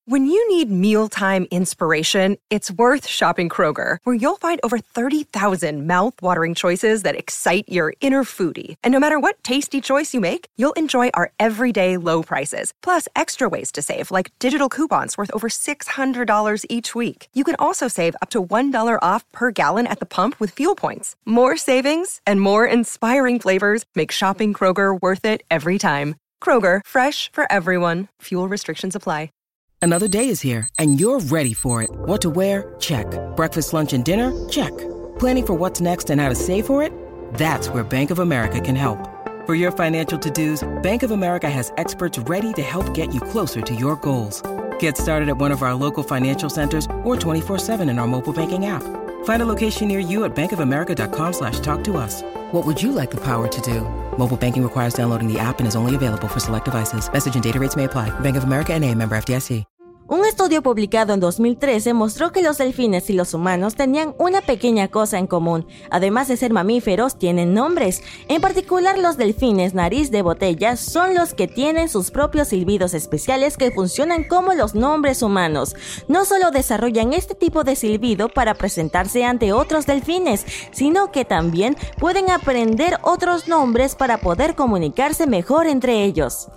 When you need mealtime inspiration, it's worth shopping Kroger, where you'll find over 30,000 mouth-watering choices that excite your inner foodie. And no matter what tasty choice you make, you'll enjoy our everyday low prices, plus extra ways to save, like digital coupons worth over $600 each week. You can also save up to $1 off per gallon at the pump with fuel points. More savings and more inspiring flavors make shopping Kroger worth it every time. Kroger, fresh for everyone. Fuel restrictions apply. Another day is here, and you're ready for it. What to wear? Check. Breakfast, lunch, and dinner? Check. Planning for what's next and how to save for it? That's where Bank of America can help. For your financial to-dos, Bank of America has experts ready to help get you closer to your goals. Get started at one of our local financial centers or 24/7 in our mobile banking app. Find a location near you at bankofamerica.com/talktous. What would you like the power to do? Mobile banking requires downloading the app and is only available for select devices. Message and data rates may apply. Bank of America N.A., member FDIC. Un estudio publicado en 2013 mostró que los delfines y los humanos tenían una pequeña cosa en común. Además de ser mamíferos, tienen nombres. En particular, los delfines nariz de botella son los que tienen sus propios silbidos especiales que funcionan como los nombres humanos. No solo desarrollan este tipo de silbido para presentarse ante otros delfines, sino que también pueden aprender otros nombres para poder comunicarse mejor entre ellos.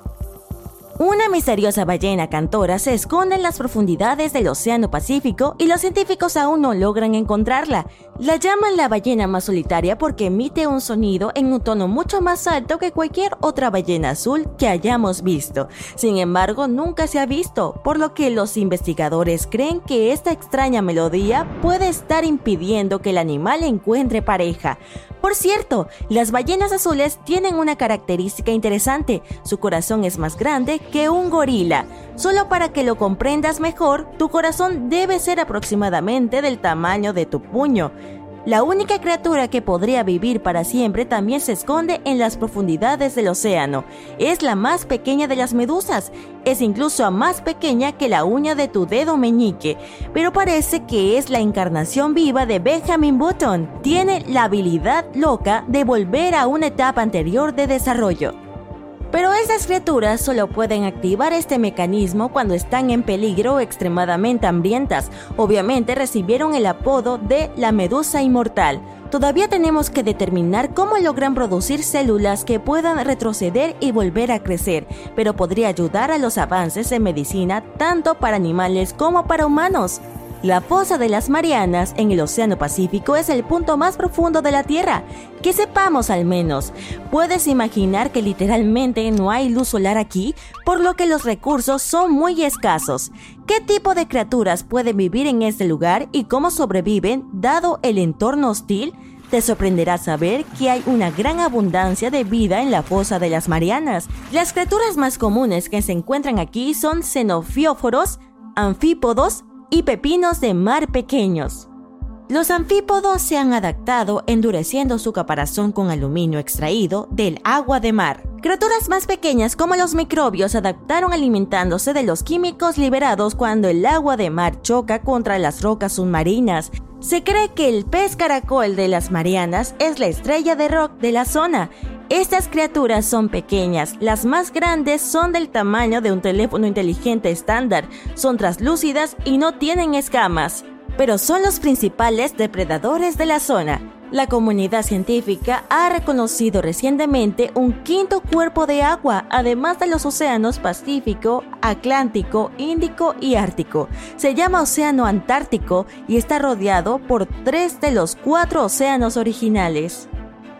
Una misteriosa ballena cantora se esconde en las profundidades del Océano Pacífico y los científicos aún no logran encontrarla. La llaman la ballena más solitaria porque emite un sonido en un tono mucho más alto que cualquier otra ballena azul que hayamos visto. Sin embargo, nunca se ha visto, por lo que los investigadores creen que esta extraña melodía puede estar impidiendo que el animal encuentre pareja. Por cierto, las ballenas azules tienen una característica interesante: su corazón es más grande que un gorila. Solo para que lo comprendas mejor, tu corazón debe ser aproximadamente del tamaño de tu puño. La única criatura que podría vivir para siempre también se esconde en las profundidades del océano. Es la más pequeña de las medusas. Es incluso más pequeña que la uña de tu dedo meñique. Pero parece que es la encarnación viva de Benjamin Button. Tiene la habilidad loca de volver a una etapa anterior de desarrollo. Pero estas criaturas solo pueden activar este mecanismo cuando están en peligro o extremadamente hambrientas. Obviamente recibieron el apodo de la medusa inmortal. Todavía tenemos que determinar cómo logran producir células que puedan retroceder y volver a crecer, pero podría ayudar a los avances en medicina tanto para animales como para humanos. La fosa de las Marianas en el Océano Pacífico es el punto más profundo de la Tierra. Que sepamos al menos. Puedes imaginar que literalmente no hay luz solar aquí, por lo que los recursos son muy escasos. ¿Qué tipo de criaturas pueden vivir en este lugar y cómo sobreviven dado el entorno hostil? Te sorprenderá saber que hay una gran abundancia de vida en la fosa de las Marianas. Las criaturas más comunes que se encuentran aquí son xenofióforos, anfípodos y pepinos de mar pequeños. Los anfípodos se han adaptado endureciendo su caparazón con aluminio extraído del agua de mar. Criaturas más pequeñas como los microbios se adaptaron alimentándose de los químicos liberados cuando el agua de mar choca contra las rocas submarinas. Se cree que el pez caracol de las Marianas es la estrella de rock de la zona. Estas criaturas son pequeñas, las más grandes son del tamaño de un teléfono inteligente estándar, son translúcidas y no tienen escamas, pero son los principales depredadores de la zona. La comunidad científica ha reconocido recientemente un quinto cuerpo de agua, además de los océanos Pacífico, Atlántico, Índico y Ártico. Se llama Océano Antártico y está rodeado por 3 de los 4 océanos originales.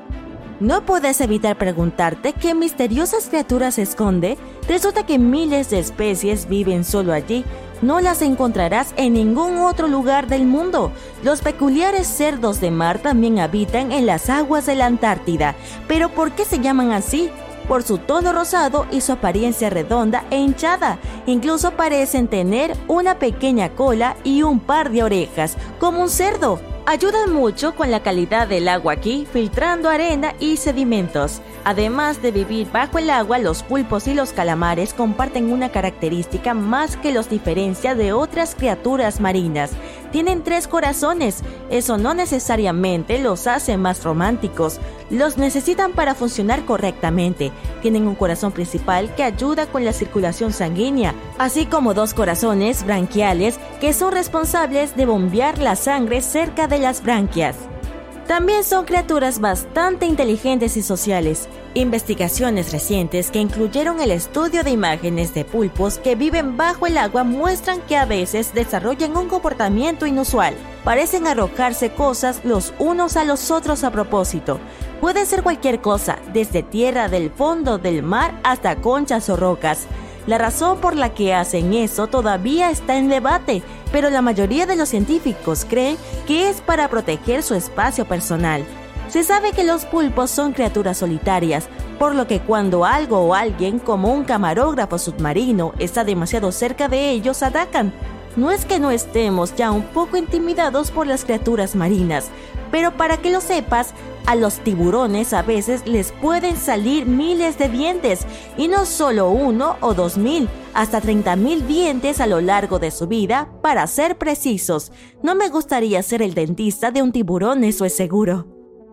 ¿No puedes evitar preguntarte qué misteriosas criaturas se esconde? Resulta que miles de especies viven solo allí. No las encontrarás en ningún otro lugar del mundo. Los peculiares cerdos de mar también habitan en las aguas de la Antártida. ¿Pero por qué se llaman así? Por su tono rosado y su apariencia redonda e hinchada. Incluso parecen tener una pequeña cola y un par de orejas, como un cerdo. Ayudan mucho con la calidad del agua aquí, filtrando arena y sedimentos. Además de vivir bajo el agua, los pulpos y los calamares comparten una característica más que los diferencia de otras criaturas marinas. tienen 3 corazones. Eso no necesariamente los hace más románticos. Los necesitan para funcionar correctamente. Tienen un corazón principal que ayuda con la circulación sanguínea, así como 2 corazones branquiales que son responsables de bombear la sangre cerca de las branquias. También son criaturas bastante inteligentes y sociales. Investigaciones recientes que incluyeron el estudio de imágenes de pulpos que viven bajo el agua muestran que a veces desarrollan un comportamiento inusual. Parecen arrojarse cosas los unos a los otros a propósito. Puede ser cualquier cosa, desde tierra del fondo del mar hasta conchas o rocas. La razón por la que hacen eso todavía está en debate, pero la mayoría de los científicos creen que es para proteger su espacio personal. Se sabe que los pulpos son criaturas solitarias, por lo que cuando algo o alguien, como un camarógrafo submarino, está demasiado cerca de ellos, atacan. No es que no estemos ya un poco intimidados por las criaturas marinas, pero para que lo sepas, a los tiburones a veces les pueden salir miles de dientes, y no solo 1 o 2,000, hasta 30,000 dientes a lo largo de su vida, para ser precisos. No me gustaría ser el dentista de un tiburón, eso es seguro.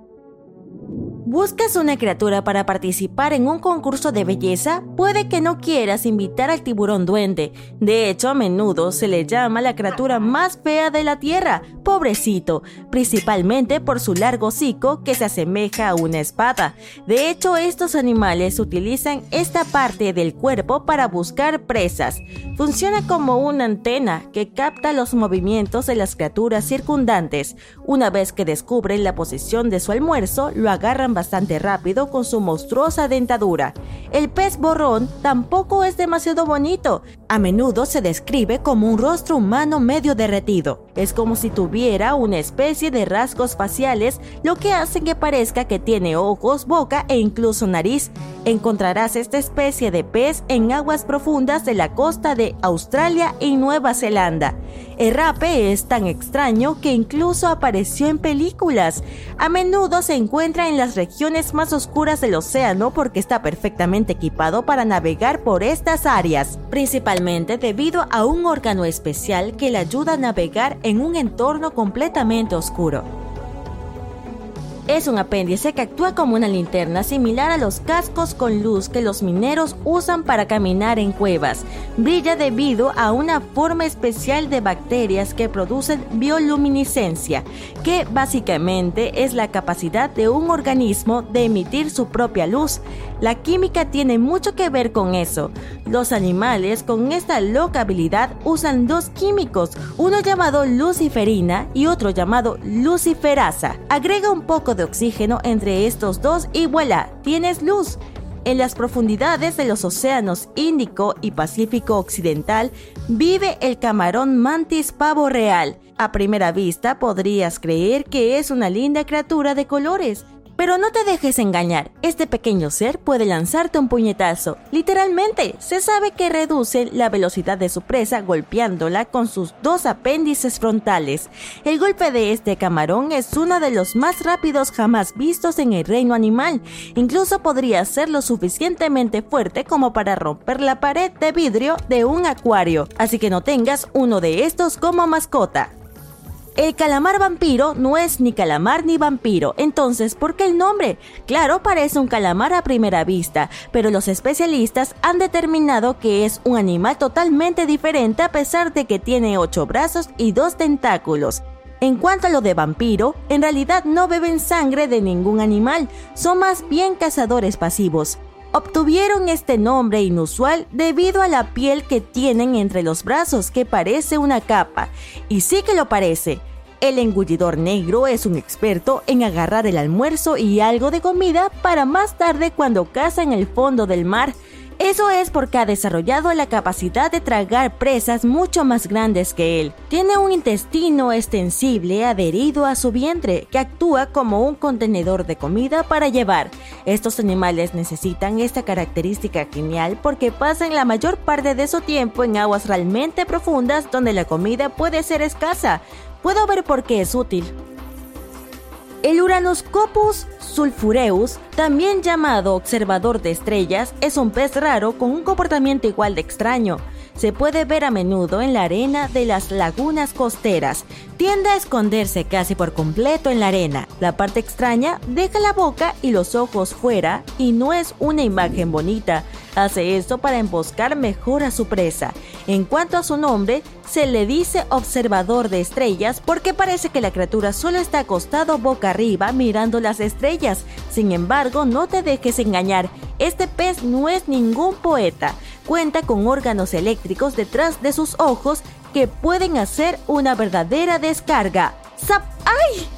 ¿Buscas una criatura para participar en un concurso de belleza? Puede que no quieras invitar al tiburón duende. De hecho, a menudo se le llama la criatura más fea de la tierra, pobrecito, principalmente por su largo hocico que se asemeja a una espada. De hecho, estos animales utilizan esta parte del cuerpo para buscar presas. Funciona como una antena que capta los movimientos de las criaturas circundantes. Una vez que descubren la posición de su almuerzo, lo agarran bastante rápido con su monstruosa dentadura. El pez borrón tampoco es demasiado bonito. A menudo se describe como un rostro humano medio derretido. Es como si tuviera una especie de rasgos faciales, lo que hace que parezca que tiene ojos, boca e incluso nariz. Encontrarás esta especie de pez en aguas profundas de la costa de Australia y Nueva Zelanda. El rape es tan extraño que incluso apareció en películas. A menudo se encuentra en las regiones más oscuras del océano porque está perfectamente equipado para navegar por estas áreas, principalmente debido a un órgano especial que le ayuda a navegar en un entorno completamente oscuro. Es un apéndice que actúa como una linterna similar a los cascos con luz que los mineros usan para caminar en cuevas. Brilla debido a una forma especial de bacterias que producen bioluminiscencia, que básicamente es la capacidad de un organismo de emitir su propia luz. La química tiene mucho que ver con eso. Los animales con esta loca habilidad usan 2 químicos, uno llamado luciferina y otro llamado luciferasa. Agrega un poco de oxígeno entre estos 2 y voilà, tienes luz. En las profundidades de los océanos Índico y Pacífico Occidental vive el camarón mantis pavo real. A primera vista podrías creer que es una linda criatura de colores, pero no te dejes engañar, este pequeño ser puede lanzarte un puñetazo. Literalmente, se sabe que reduce la velocidad de su presa golpeándola con sus 2 apéndices frontales. El golpe de este camarón es uno de los más rápidos jamás vistos en el reino animal. Incluso podría ser lo suficientemente fuerte como para romper la pared de vidrio de un acuario, así que no tengas uno de estos como mascota. El calamar vampiro no es ni calamar ni vampiro, entonces ¿por qué el nombre? Claro, parece un calamar a primera vista, pero los especialistas han determinado que es un animal totalmente diferente a pesar de que tiene 8 brazos y 2 tentáculos. En cuanto a lo de vampiro, en realidad no beben sangre de ningún animal, son más bien cazadores pasivos. Obtuvieron este nombre inusual debido a la piel que tienen entre los brazos, que parece una capa. Y sí que lo parece. El engullidor negro es un experto en agarrar el almuerzo y algo de comida para más tarde cuando caza en el fondo del mar. Eso es porque ha desarrollado la capacidad de tragar presas mucho más grandes que él. Tiene un intestino extensible adherido a su vientre que actúa como un contenedor de comida para llevar. Estos animales necesitan esta característica genial porque pasan la mayor parte de su tiempo en aguas realmente profundas donde la comida puede ser escasa. Puedo ver por qué es útil. El Uranuscopus sulfureus, también llamado observador de estrellas, es un pez raro con un comportamiento igual de extraño. Se puede ver a menudo en la arena de las lagunas costeras. Tiende a esconderse casi por completo en la arena. La parte extraña deja la boca y los ojos fuera y no es una imagen bonita. Hace esto para emboscar mejor a su presa. En cuanto a su nombre, se le dice observador de estrellas porque parece que la criatura solo está acostado boca arriba mirando las estrellas. Sin embargo, no te dejes engañar. Este pez no es ningún poeta. Cuenta con órganos eléctricos detrás de sus ojos que pueden hacer una verdadera descarga. ¡Ay!